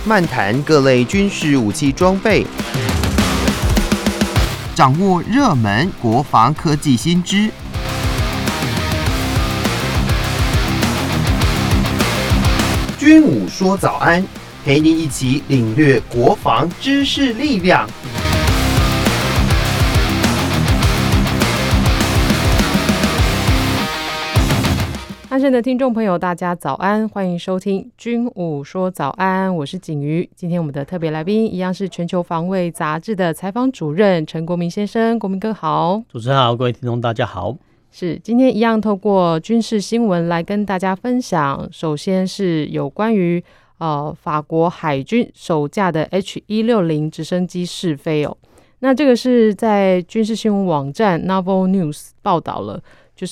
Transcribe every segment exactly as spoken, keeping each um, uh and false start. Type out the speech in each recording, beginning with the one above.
漫谈各类军事武器装备，掌握热门国防科技新知。军武说早安，陪你一起领略国防知识力量。 安生的听众朋友大家早安，欢迎收听军武说早安，我是景瑜。今天我们的特别来宾一样是全球防卫杂志的采访主任陈国民先生，国民哥好。 主持人好，各位听众大家好。 是，今天一样透过军事新闻来跟大家分享。首先是有关于呃法国海军首架的 H 一六零 直升机试飞哦。那这个是在军事新闻网站 Naval News 报道了，就是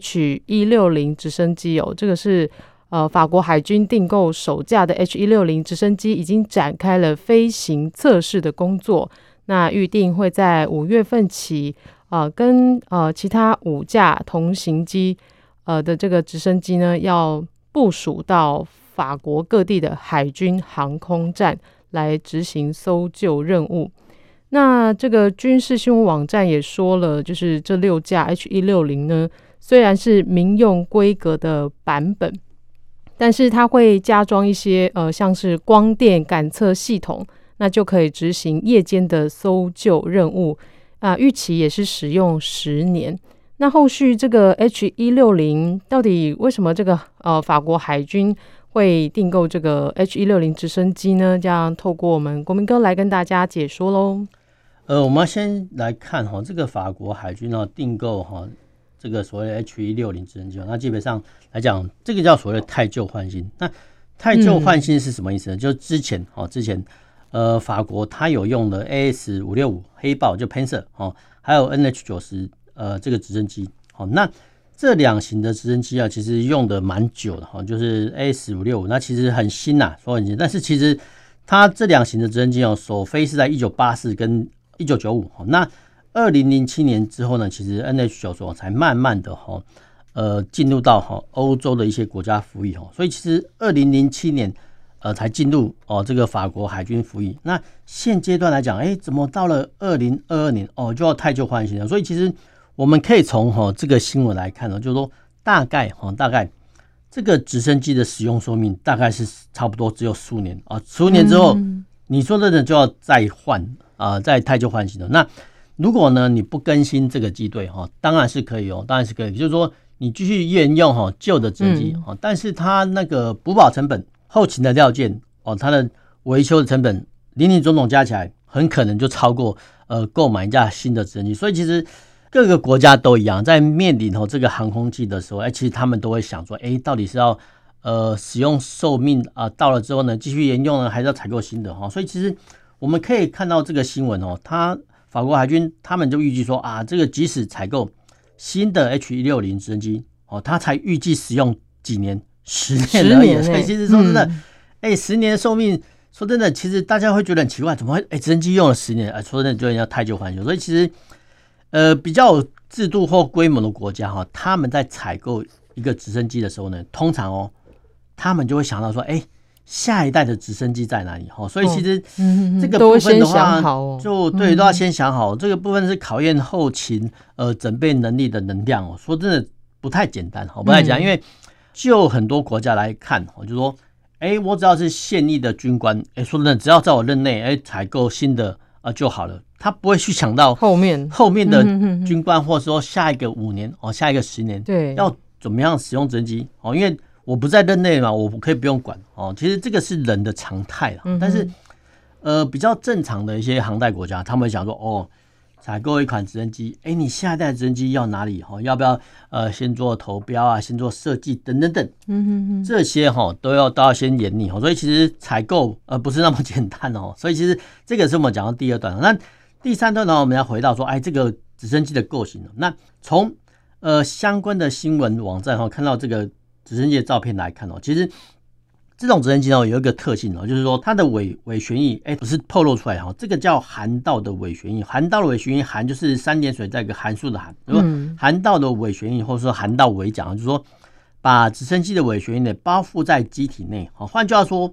H 一六零 直升机哦，这个是呃法国海军订购首架的 H 一六零 直升机，已经展开了飞行测试的工作。那预定会在五月份起，呃，跟呃其他五架同型机呃的这个直升机呢，要部署到法国各地的海军航空站来执行搜救任务。那这个军事新闻网站也说了，就是这六架 H 一六零 呢，虽然是民用规格的版本，但是它会加装一些呃像是光电感测系统，那就可以执行夜间的搜救任务啊、呃，预期也是使用十年。那后续这个 H 一六零 到底为什么这个呃法国海军会订购这个 H 一六零 直升机呢？这样透过我们国民哥来跟大家解说咯。 呃，我们先来看哈，这个法国海军呢订购哈这个所谓的 H 一六零 直升机，那基本上来讲，这个叫所谓的汰旧换新。那汰旧换新是什么意思呢？嗯、就之前哈，之前呃法国它有用的 A S 五六五 黑豹就 Panzer 哦，还有 N H 九十 呃这个直升机。好，那这两型的直升机啊，其实用的蛮久的哈，就是 A S 五六五，那其实很新呐、啊，说很新，但是其实它这两型的直升机哦，首飞是在一九八四跟一九九五，那二零零七年之后呢，其实 N H 九十 才慢慢的哈，呃，进入到哈欧洲的一些国家服役哈，所以其实二零零七年呃才进入哦这个法国海军服役。那现阶段来讲，哎，怎么到了二零二二年哦就要汰旧换新了？所以其实我们可以从哈这个新闻来看呢，就是说大概哈大概这个直升机的使用寿命大概是差不多只有十五年啊，十五年之后、嗯、你说真的就要再换。啊、呃，在汰旧换新的。那如果呢你不更新这个机队哈，当然是可以哦，当然是可以，就是说你继续沿用哈旧的直升机哈、嗯，但是它那个补保成本、后勤的料件哦，它的维修的成本，林林总总加起来，很可能就超过呃购买一架新的直升机。所以其实各个国家都一样，在面临这个航空器的时候，哎，其实他们都会想说，哎，到底是要呃使用寿命啊、呃、到了之后呢，继续沿用呢，还是要采购新的哈？所以其实我们可以看到这个新闻哦，他法国海军他们就预计说啊，这个即使采购新的 H 一六零 直升机哦，他才预计使用几年，十年而已。所以其实说真的，哎、嗯，十年的寿命，说真的，其实大家会觉得很奇怪，怎么会哎直升机用了十年，哎，说真的就要汰旧换新。所以其实呃比较有制度或规模的国家哈，他们在采购一个直升机的时候呢，通常哦，他们就会想到说，哎。下一代的直升机在哪里？所以其实这个部分的话，就对都要先想好。这个部分是考验后勤呃整备能力的能量哦。说真的不太简单，不太简单，因为就很多国家来看，我就说，哎，我只要是现役的军官，哎，说真的，只要在我任内，哎，采购新的啊就好了。他不会去想到后面后面的军官，或者说下一个五年哦，下一个十年，对，要怎么样使用直升机哦，因为我不在任内嘛，我可以不用管哦。其实这个是人的常态啦，嗯、但是呃比较正常的一些航代国家，他们会想说哦，采购一款直升机，哎，你下一代直升机要哪里？哈，要不要呃先做投标啊，先做设计等等等，嗯哼哼，这些哈都要都要先研拟哈。所以其实采购呃不是那么简单哦。所以其实这个是我们讲到第二段，那第三段呢，我们要回到说，哎，这个直升机的构型。那从呃相关的新闻网站哈看到这个直升机的照片来看哦，其实这种直升机哦有一个特性哦，就是说它的尾尾旋翼哎不是透露出来哈，这个叫涵道的尾旋翼。涵道的尾旋翼，涵就是三点水再一个函数的函，嗯，涵道的尾旋翼或者说涵道尾桨，就是说把直升机的尾旋翼呢包覆在机体内。换句话说，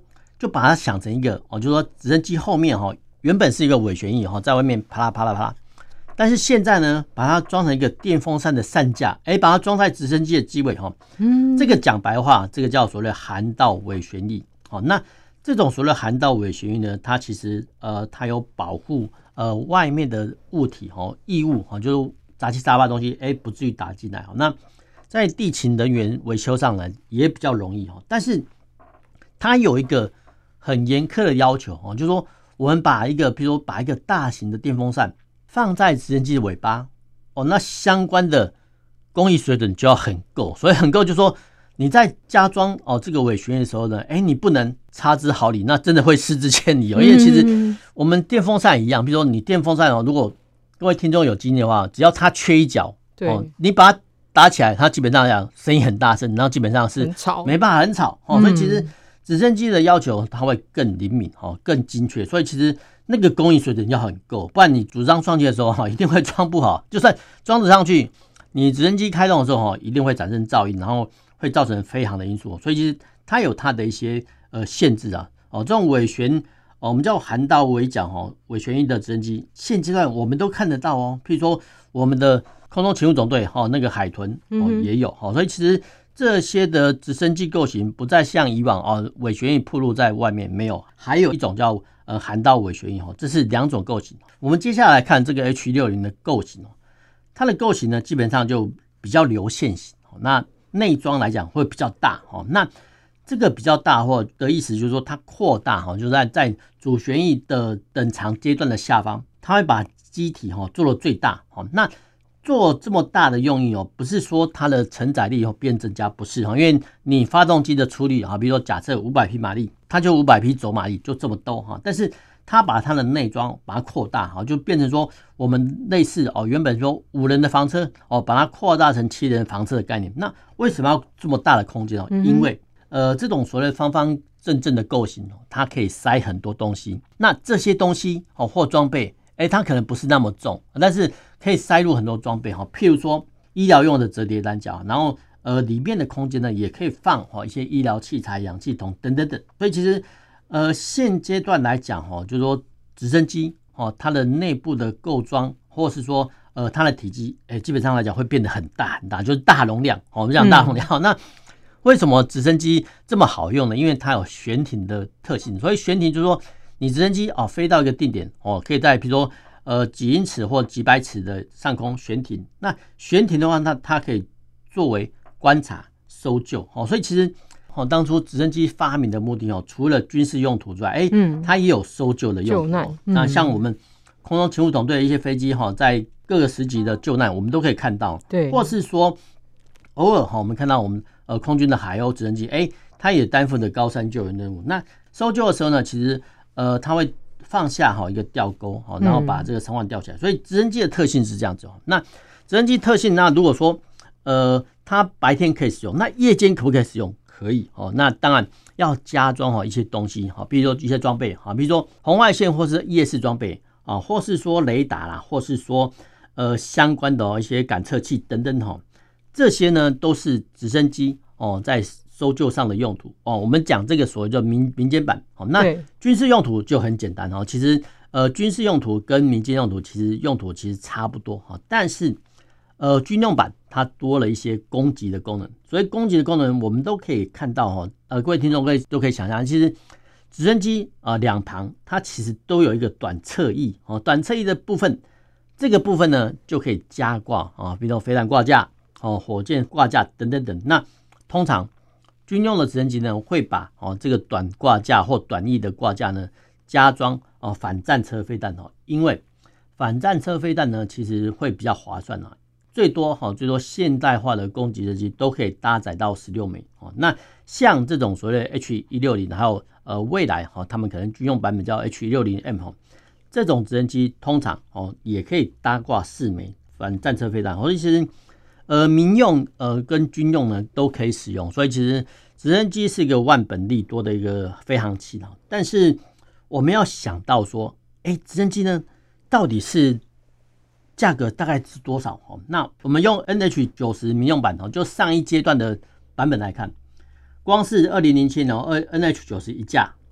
就把它想成一个哦，就是说直升机后面哈、哦、原本是一个尾旋翼哈，在外面啪啦啪啦啪啦，但是现在呢，把它装成一个电风扇的扇架，哎，把它装在直升机的机尾哈。嗯，这个讲白话，这个叫所谓的涵道尾旋翼。好，那这种所谓的涵道尾旋翼呢，它其实呃，它有保护呃外面的物体哈、异物哈，就是杂七杂八的东西，哎，不至于打进来。那在地勤人员维修上呢，也比较容易哈。但是它有一个很严苛的要求哦，就是说我们把一个，比如说把一个大型的电风扇放在直升机的尾巴哦，那相关的工艺水准就要很够，所以很够就是说你在加装哦这个尾旋翼的时候呢，哎，你不能差之毫厘，那真的会失之千里哦。因为其实我们电风扇一样，比如说你电风扇哦，如果各位听众有经验的话，只要它缺一角， 对哦，你把它打起来，它基本上讲声音很大声，然后基本上是没办法很吵哦，所以其实。直升机的要求它会更灵敏更精确，所以其实那个工艺水准要很够，不然你组装上去的时候一定会装不好，就算装得上去，你直升机开动的时候一定会产生噪音，然后会造成飞航的因素，所以其实它有它的一些呃限制啊。哦，这种尾旋哦，我们叫涵道尾桨哦，尾旋翼的直升机，现阶段我们都看得到哦，譬如说我们的空中勤务总队哦，那个海豚哦也有哦，所以其实。这些的直升机构型不再像以往哦，尾旋翼暴露在外面，没有，还有一种叫呃涵道尾旋翼哦，这是两种构型。我们接下来看这个 H 一六零 的构型哦，它的构型呢基本上就比较流线型，那内装来讲会比较大哦。那这个比较大或的意思就是说它扩大哈，就是在在主旋翼的等长阶段的下方，它会把机体哈做了最大哦。那做这么大的用意哦，不是说它的承载力变增加，不是，因为你发动机的出力啊，比如说假设五百匹马力，它就五百匹走马力，就这么多哈。但是它把它的内装把它扩大哈，就变成说我们类似哦，原本说五人的房车哦，把它扩大成七人房车的概念。那为什么要这么大的空间哦？因为呃，这种所谓方方正正的构型，它可以塞很多东西。那这些东西哦或装备。哎，它可能不是那么重，但是可以塞入很多装备哈，譬如说医疗用的折叠担架，然后呃里面的空间呢也可以放哈一些医疗器材、氧气筒等等等。所以其实呃现阶段来讲哈，就是说直升机哦它的内部的构装，或是说呃它的体积，哎基本上来讲会变得很大很大，就是大容量。我们讲大容量，嗯、那为什么直升机这么好用呢？因为它有悬停的特性，所以悬停就是说。你直升机哦飞到一个定点哦，可以在比如说呃几英尺或几百尺的上空悬停。那悬停的话，那它可以作为观察、搜救哦。所以其实哦，当初直升机发明的目的哦，除了军事用途之外，哎、欸，它也有搜救的用途、哦。那像我们空中勤务总队的一些飞机哈，在各个时级的救难，我们都可以看到。 对， 或是说偶尔哈，我们看到我们呃空军的海鸥直升机，哎、欸，它也担负着高山救援任务。那搜救的时候呢，其实呃，它会放下哈一个吊钩，好，然后把这个伤患吊起来。所以直升机的特性是这样子哦。那直升机特性，那如果说呃它白天可以使用，那夜间可不可以使用？可以哦。那当然要加装哈一些东西哈，比如说一些装备哈，比如说红外线或是夜视装备啊，或是说雷达啦，或是说呃相关的一些感测器等等哈，这些呢都是直升机哦在搜救上的用途哦，我们讲这个所谓的民民间版哦，那军事用途就很简单哦。其实呃，军事用途跟民间用途其实用途其实差不多哈，但是呃，军用版它多了一些攻击的功能，所以攻击的功能我们都可以看到哈。呃，各位听众可以都可以想象，其实直升机啊两旁它其实都有一个短侧翼哦，短侧翼的部分，这个部分呢就可以加挂啊，比如说飞弹挂架哦、火箭挂架等等等。那通常军用的直升机呢，会把哦这个短挂架或短翼的挂架呢加装哦反战车飞弹哦，因为反战车飞弹呢其实会比较划算啊，最多哈最多现代化的攻击直升机都可以搭载到十六枚哦。那像这种所谓的 H 一六零，还有呃未来哈他们可能军用版本叫 H 一六零 M 哈，这种直升机通常哦也可以搭挂四枚反战车飞弹，所以其实。呃，民用呃跟军用呢都可以使用，所以其实直升机是一个万本利多的一个飞行器。但是我们要想到说，哎，直升机呢到底是价格大概是多少？那我们用 N H 九十民用版就上一阶段的版本来看，光是二零零七年 N H 九十一架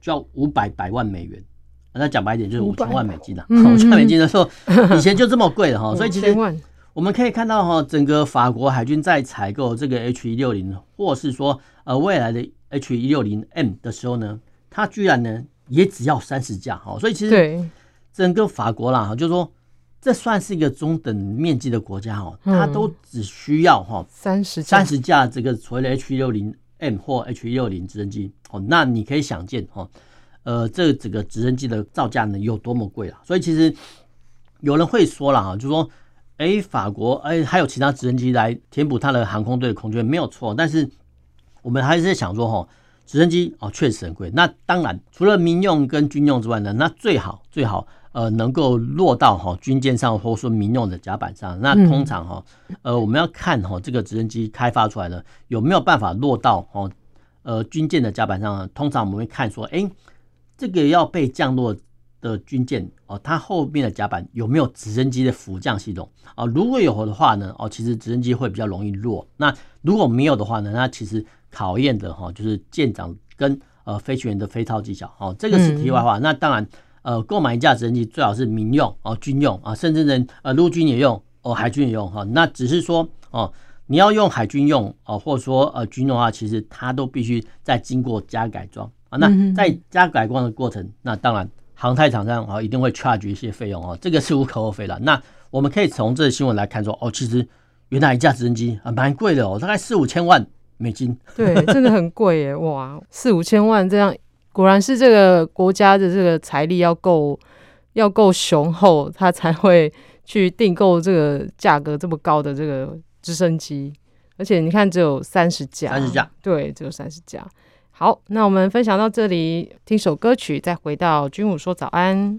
就要五百百万美元。那讲白一点就是五千万美金啊， 嗯嗯五千万美金的时候，以前就这么贵了哈，所以其实五千万我们可以看到哈，整个法国海军在采购这个 H 一六零，或是说呃未来的 H 一六零 M 的时候呢，它居然呢也只要三十架哈，所以其实对整个法国啦，就是说这算是一个中等面积的国家哈，它都只需要哈三十三十架这个所谓的 H 一六零 M 或 H 一六零直升机哦，那你可以想见哈。呃，这整个直升机的造价呢有多么贵啦？所以其实有人会说了哈，就说，哎，法国哎还有其他直升机来填补它的航空队的空缺没有错，但是我们还是在想说哈，直升机哦确实很贵。那当然除了民用跟军用之外呢，那最好最好呃能够落到哈军舰上或说民用的甲板上。那通常哈呃我们要看哈这个直升机开发出来的有没有办法落到哈呃军舰的甲板上呢？通常我们会看说，哎。这个要被降落的军舰哦，它后面的甲板有没有直升机的浮降系统啊？如果有的话呢，哦，其实直升机会比较容易落。那如果没有的话呢，那其实考验的哈就是舰长跟呃飞行员的飞操技巧。哦，这个是题外话。嗯、那当然，呃，购买一架直升机最好是民用哦、军用啊，甚至呢呃陆军也用哦，海军也用哈。那只是说哦，你要用海军用哦，或者说呃军用的话，其实它都必须再经过加改装。那在加改装的过程，那当然航太厂商一定会 charge 一些费用哦，这个是无可厚非的。那我们可以从这个新闻来看说，哦，其实原来一架直升机啊蛮贵的哦，大概四五千万美金。 对，真的很贵耶，哇，四五千万这样，果然是这个国家的这个财力要够要够雄厚，他才会去订购这个价格这么高的这个直升机，而且你看只有三十架， 三十架， 对，只有三十架。好，那我们分享到这里，听首歌曲，再回到军武说早安。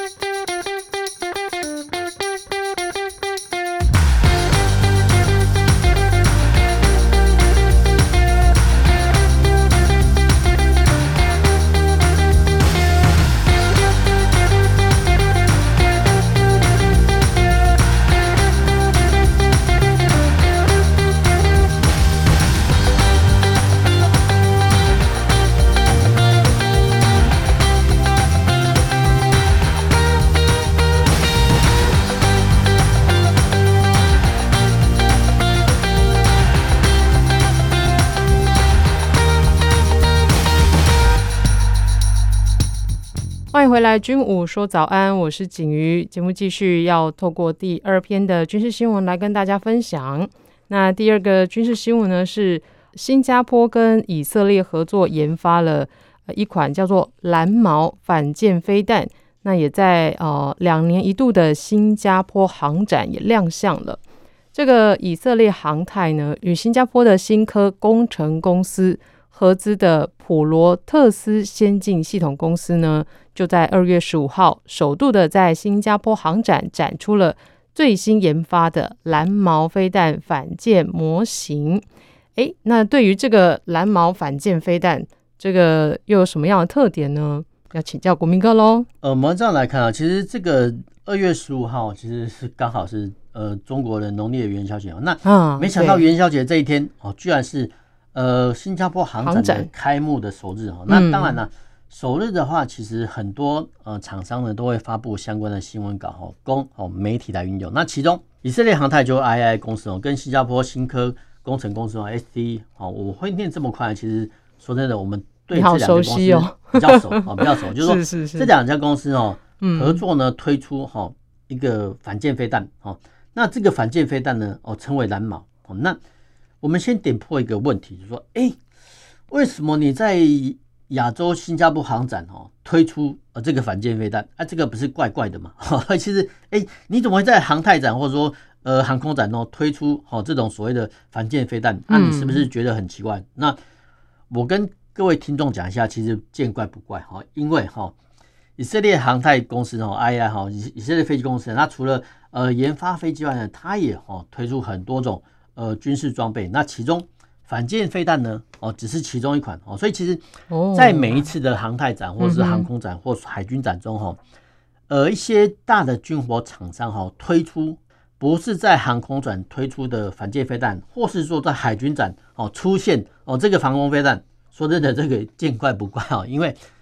欢迎回来，军武说早安，我是景瑜。节目继续要透过第二篇的军事新闻来跟大家分享。那第二个军事新闻呢，是新加坡跟以色列合作研发了一款叫做蓝毛反舰飞弹，那也在呃两年一度的新加坡航展也亮相了。这个以色列航太呢，与新加坡的新科工程公司合资的普罗特斯先进系统公司呢，就在二月十五号首度的在新加坡航展展出了最新研发的蓝毛飞弹反舰模型。诶，那对于这个蓝毛反舰飞弹，这个又有什么样的特点呢？要请教国民哥喽。 呃，我们这样来看啊，其实这个二月十五号其实是刚好是呃中国的农历的元宵节哦。那没想到元宵节这一天哦，居然是呃新加坡航展的开幕的首日哦。那当然了。首日的话，其实很多呃厂商呢都会发布相关的新闻稿哦，供哦媒体来运用。那其中以色列航太就 I I 公司哦，跟新加坡新科工程公司哦 S T 哦，我会念这么快，其实说真的，我们对这两家公司比较熟哦，比较熟，就是说是是是这两家公司哦合作呢推出哈一个反舰飞弹哦，那这个反舰飞弹呢哦称为蓝毛哦。那我们先点破一个问题，就是说，哎，为什么你在亚洲新加坡航展哦推出呃这个反舰飞弹啊，这个不是怪怪的嘛？其实哎，你怎么会在航太展或者说呃航空展哦推出哦这种所谓的反舰飞弹？那、啊、你是不是觉得很奇怪？嗯、那我跟各位听众讲一下，其实见怪不怪哈，因为哈以色列航太公司哦 I I 哈以色列飞机公司，它除了呃研发飞机外呢，它也哦推出很多种呃军事装备，那其中反舰飞弹呢，哦，只是其中一款哦，所以其实，在每一次的航太展或者是航空展或海军展中，哈，呃，一些大的军火厂商哈推出不是在航空展推出的反舰飞弹，或是说在海军展哦出现哦这个防空飞弹，说真的，这个见怪不怪哦，因为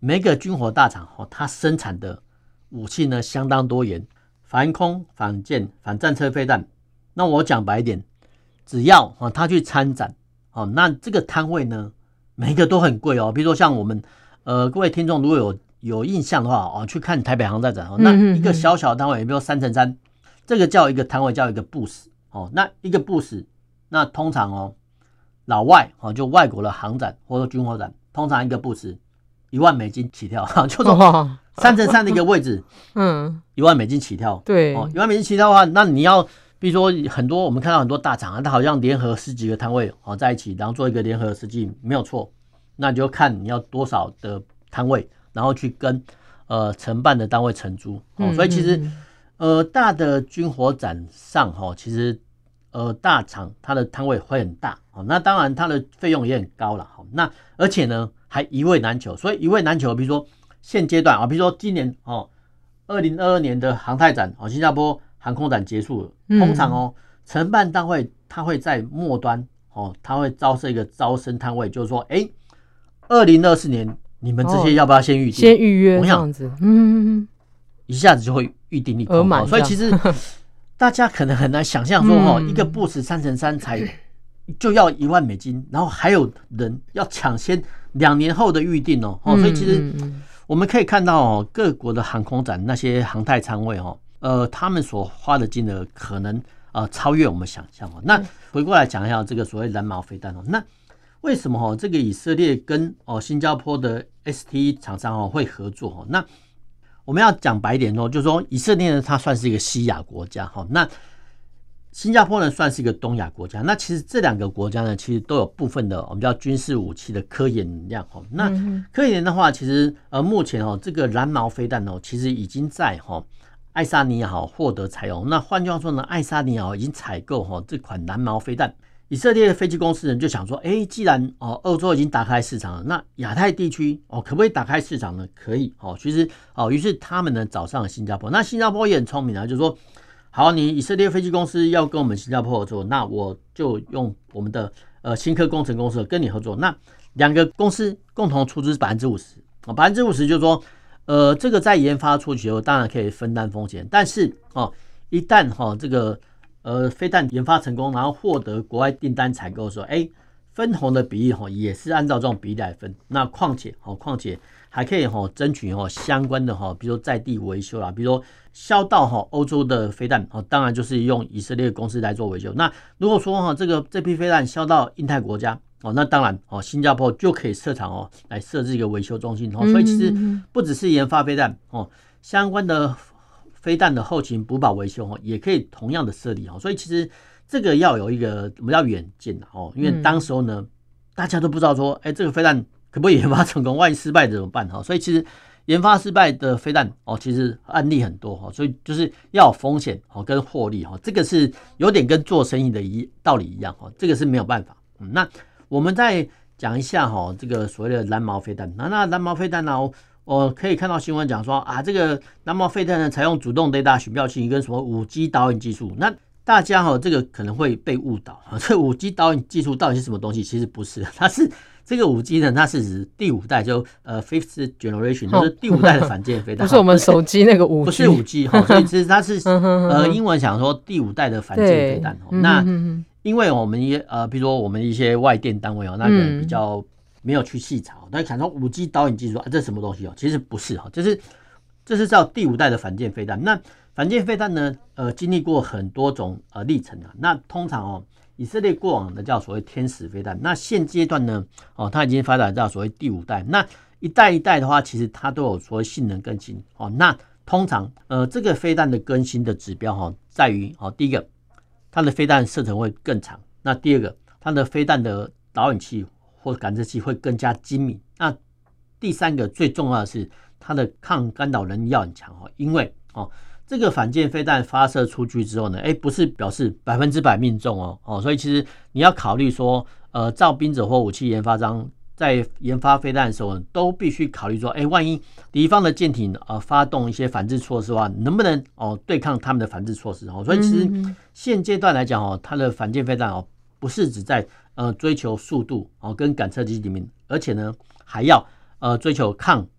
每个军火大厂哦，它生产的武器呢相当多元，反空、反舰、反战车飞弹。那我讲白一点，只要哦他去参展哦，那这个摊位呢，每一个都很贵哦。比如说像我们呃各位听众如果有有印象的话哦，去看台北航太展哦，那一个小小的摊位，比如说三乘三，这个叫一个摊位叫一个 booth 哦，那一个 booth， 那通常哦老外哦就外国的航展或者军火展，通常一个 booth 一万美金起跳，就说三乘三的一个位置，嗯，一万美金起跳， 对， 哦，一万美金起跳的话，那你要比如说很多我们看到很多大厂啊，它好像联合十几个摊位哦在一起，然后做一个联合实际，没有错，那你就看你要多少的摊位，然后去跟呃承办的单位承租，哦，所以其实呃大的军火展上哈，其实呃大厂它的摊位会很大，哦，那当然它的费用也很高了，好，那而且呢还一位难求，所以一位难求，比如说现阶段啊，比如说今年哦，二零二二年的航太展哦，新加坡航空展结束了，通常哦，承办单位他会在末端哦，他会招设一个招生摊位，就是说，哎，二零二四年你们这些要不要先预定？ 先预约这样子，嗯， 一下子就会预定一空，哦，所以其实大家可能很难想象说，哦，一个 booth 三乘三才就要一万美金，然后还有人要抢先两年后的预定哦，哦，所以其实我们可以看到哦，各国的航空展那些航太舱位哦，呃，他们所花的金额可能呃超越我们想象哦。那回过来讲一下这个所谓蓝毛飞弹哦，那为什么哦这个以色列跟哦新加坡的 S T 厂商哦会合作哦？那我们要讲白一点哦，就是说以色列呢它算是一个西亚国家哈，那新加坡呢算是一个东亚国家，那其实这两个国家呢，其实都有部分的我们叫军事武器的科研能量哈。那科研的话，其实呃目前哦这个蓝毛飞弹哦，其实已经在哈爱沙尼亚哈获得采用。那换句话说呢，爱沙尼亚已经采购哈这款蓝毛飞弹。以色列的飞机公司人就想说，哎，既然哦欧洲已经打开市场了，那亚太地区哦可不可以打开市场呢？可以哦。其实哦，于是他们呢找上了新加坡。那新加坡也很聪明啊，就是说。好，你以色列飞机公司要跟我们新加坡合作，那我就用我们的呃新科工程公司跟你合作，那两个公司共同出资百分之五十，百分之五十就是说，呃，这个在研发初期后当然可以分担风险，但是哦，一旦哈、哦、这个呃飞弹研发成功，然后获得国外订单采购的时候，哎，分红的比例哈也是按照这种比例来分，那况且哦况且还可以哈争取哈相关的哈，比如说在地维修啦，比如说。销到哈欧洲的飞弹哦，当然就是用以色列公司来做维修。那如果说哈这个这批飞弹销到印太国家哦，那当然哦新加坡就可以设厂哦来设置一个维修中心哦。所以其实不只是研发飞弹哦，相关的飞弹的后勤补保维修哦，也可以同样的设立哦。所以其实这个要有一个我们要远见哦，因为当时候呢大家都不知道说，哎这个飞弹可不可以研发成功，万一失败怎么办哈？所以其实。研发失败的飞弹哦，其实案例很多哈，所以就是要有风险哦跟获利哈，这个是有点跟做生意的一道理一样哈，这个是没有办法。嗯，那我们再讲一下哈，这个所谓的蓝毛飞弹。那那蓝毛飞弹呢，我可以看到新闻讲说啊，这个蓝毛飞弹呢采用主动雷达寻标器跟什么五 G 导引技术。那大家哈这个可能会被误导，这五 G 导引技术到底是什么东西？其实不是，它是。这个五 G 呢，它是指第五代，就呃 fifth generation， 就是第五代的反舰飞弹， 不是我们手机那个五 G， 不是五 G 哈，所以其实它是呃英文想说第五代的反舰飞弹。那因为我们一呃，比如说我们一些外电单位哦，那个比较没有去细查，那想说五 G 导引技术啊，这是什么东西哦？其实不是哈，就是这是叫第五代的反舰飞弹。那反舰飞弹呢，呃，经历过很多种呃历程啊，那通常哦。以色列过往的叫所谓天使飞弹，那现阶段呢，哦，它已经发展到所谓第五代。那一代一代的话，其实它都有所谓性能更新哦。那通常呃，这个飞弹的更新的指标哈、哦，在于哦，第一个，它的飞弹射程会更长；那第二个，它的飞弹的导引器或感测器会更加精密；那第三个最重要的是，它的抗干扰能力要很强哦，因为哦。这个反舰飞弹发射出去之后呢，哎，不是表示百分之百命中哦，哦，所以其实你要考虑说，呃，造兵者或武器研发商在研发飞弹的时候，都必须考虑说，哎，万一敌方的舰艇呃发动一些反制措施的话，能不能哦对抗他们的反制措施哦？所以其实现阶段来讲哦，它的反舰飞弹哦，不是只在呃追求速度哦跟感测器里面，而且呢还要呃追求抗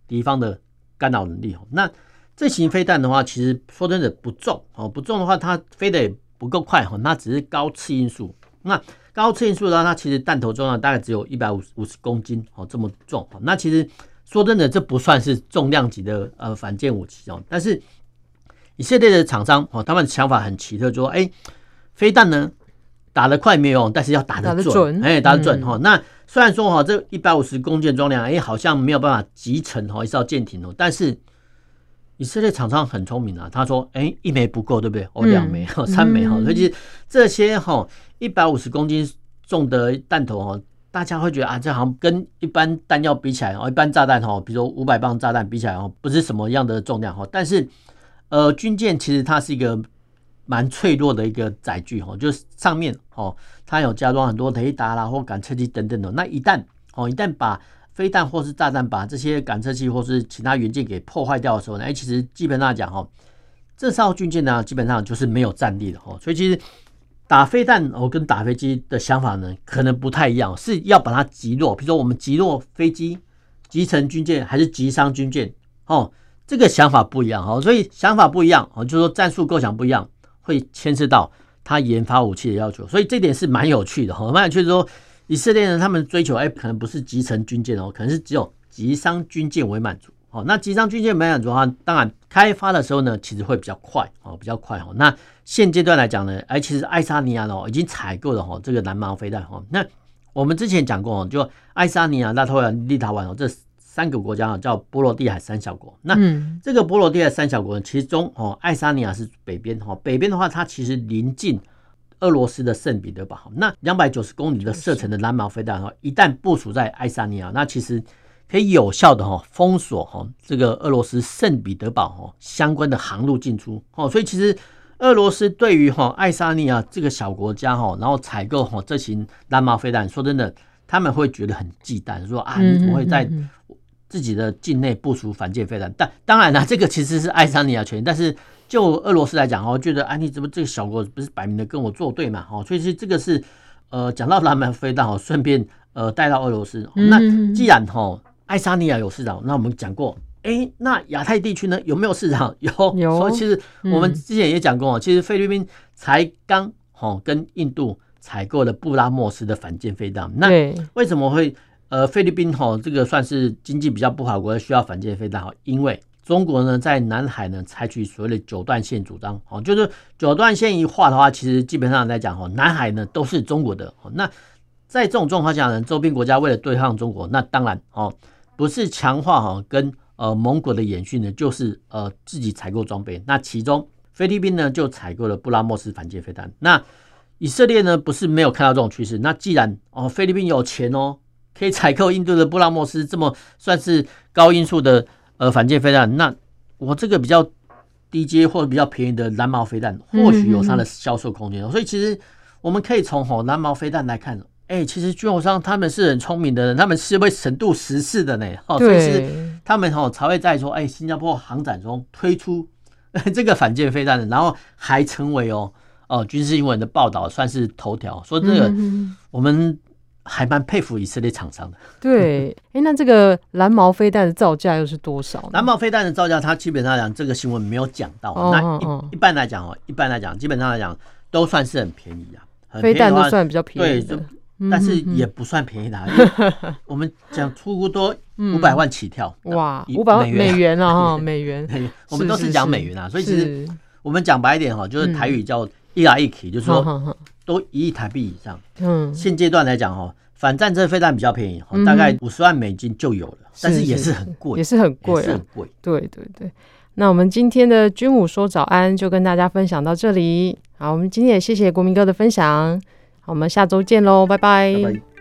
敌方的干扰能力。那这型飞弹的话，其实说真的不重，不重的话它飞得也不够快，那只是高次音速。那高次音速的话，它其实弹头重量大概只有一百五十公斤这么重。那其实说真的，这不算是重量级的呃反舰武器。但是以色列的厂商他们想法很奇特，就说哎，飞弹呢打得快没有用，但是要打得准，哎，打得准。嗯、那虽然说这一百五十公斤的重量，哎，好像没有办法击沉一艘舰艇，但是以色列厂商很聪明啊，他说：“哎，一枚不够，对不对？哦，两枚、嗯、三枚哈。所以其实这些哈一百五十公斤重的弹头哈，大家会觉得啊，这好像跟一般弹药比起来哦，一般炸弹哈，比如说五百磅炸弹比起来哦，不是什么样的重量哈。但是呃，军舰其实它是一个蛮脆弱的一个载具哈，就是上面哦，它有加装很多雷达啦或感测器等等的。那一旦哦，一旦把飞弹或是炸弹把这些感测器或是其他元件给破坏掉的时候呢，其实基本上来讲哈，这艘军舰呢基本上就是没有战力的哈。所以其实打飞弹哦跟打飞机的想法呢可能不太一样，是要把它击落，比如说我们击落飞机、击沉军舰还是击伤军舰哦，这个想法不一样哈。所以想法不一样哦，就是说战术构想不一样，会牵涉到他研发武器的要求，所以这点是蛮有趣的哈，蛮有趣的说。以色列人他们追求哎，可能不是击沉军舰哦，可能是只有击伤军舰为满足哦。那击伤军舰为满足的话，当然开发的时候呢，其实会比较快哦，比较快哦。那现阶段来讲呢，哎，其实爱沙尼亚哦已经采购了哦这个蓝毛飞弹哦。那我们之前讲过哦，就爱沙尼亚、拉脱维亚、立陶宛哦这三个国家哦叫波罗的海三小国。那这个波罗的海三小国其中哦，爱沙尼亚是北边哦，北边的话它其实临近俄罗斯的圣彼得堡，那两百九十公里的射程的蓝毛飞弹一旦部署在爱沙尼亚，那其实可以有效的封锁这个俄罗斯圣彼得堡相关的航路进出。所以其实俄罗斯对于爱沙尼亚这个小国家，然后采购这型蓝毛飞弹，说真的，他们会觉得很忌惮，说啊，你怎么会在自己的境内部署反舰飞弹？但当然了，这个其实是爱沙尼亚权益，但是就俄罗斯来讲，我觉得啊，你怎么这个小国不是摆明的跟我作对嘛？所以其实这个是呃，讲到蓝毛飞弹，顺便呃带到俄罗斯。那既然爱沙尼亚有市场，那我们讲过，哎，那亚太地区呢有没有市场？有，有。所以其实我们之前也讲过，其实菲律宾才刚跟印度采购了布拉莫斯的反舰飞弹。那为什么会呃菲律宾这个算是经济比较不好的国家需要反舰飞弹？因为中国呢，在南海呢采取所谓的九段线主张，就是九段线一画的话，其实基本上来讲，南海呢都是中国的。那在这种状况下呢，周边国家为了对抗中国，那当然不是强化跟呃盟国的演训呢，就是呃自己采购装备。那其中菲律宾呢就采购了布拉莫斯反舰飞弹。那以色列呢不是没有看到这种趋势，那既然哦菲律宾有钱哦，可以采购印度的布拉莫斯这么算是高音速的。呃，反舰飞弹，那我这个比较低阶或者比较便宜的蓝毛飞弹，或许有它的销售空间。嗯、所以其实我们可以从吼蓝毛飞弹来看，哎、欸，其实军火商他们是很聪明的人，他们是会审度时事的呢。哦，所以是他们吼才会在说，哎、欸，新加坡航展中推出这个反舰飞弹的，然后还成为哦哦军事新闻的报道，算是头条。说这个我们。还蛮佩服以色列厂商的。 对，哎、欸，那这个蓝毛飞弹的造价又是多少呢？ 蓝毛飞弹的造价，它基本上来讲，这个新闻没有讲到。哦、那 一, 哦一般来讲哦，一般来讲，基本上来讲都算是很便宜啊。 飞弹都算比较便宜的， 对，但是也不算便宜的、啊。嗯、我们讲出国多五百万起跳， 嗯、哇，五百万美元啊，美元。 我们都是讲美元啊，所以其实我们讲白一点哈，就是台语叫一来一去，就是说。都一亿台币以上，嗯，现阶段来讲哈，反战争飞弹比较便宜，嗯、大概五十万美金就有了，但是也是很贵， 也是很贵、啊， 也是很贵。 对对对，那我们今天的军武说早安就跟大家分享到这里，好，我们今天也谢谢国民哥的分享，好，我们下周见喽，拜拜。 拜拜。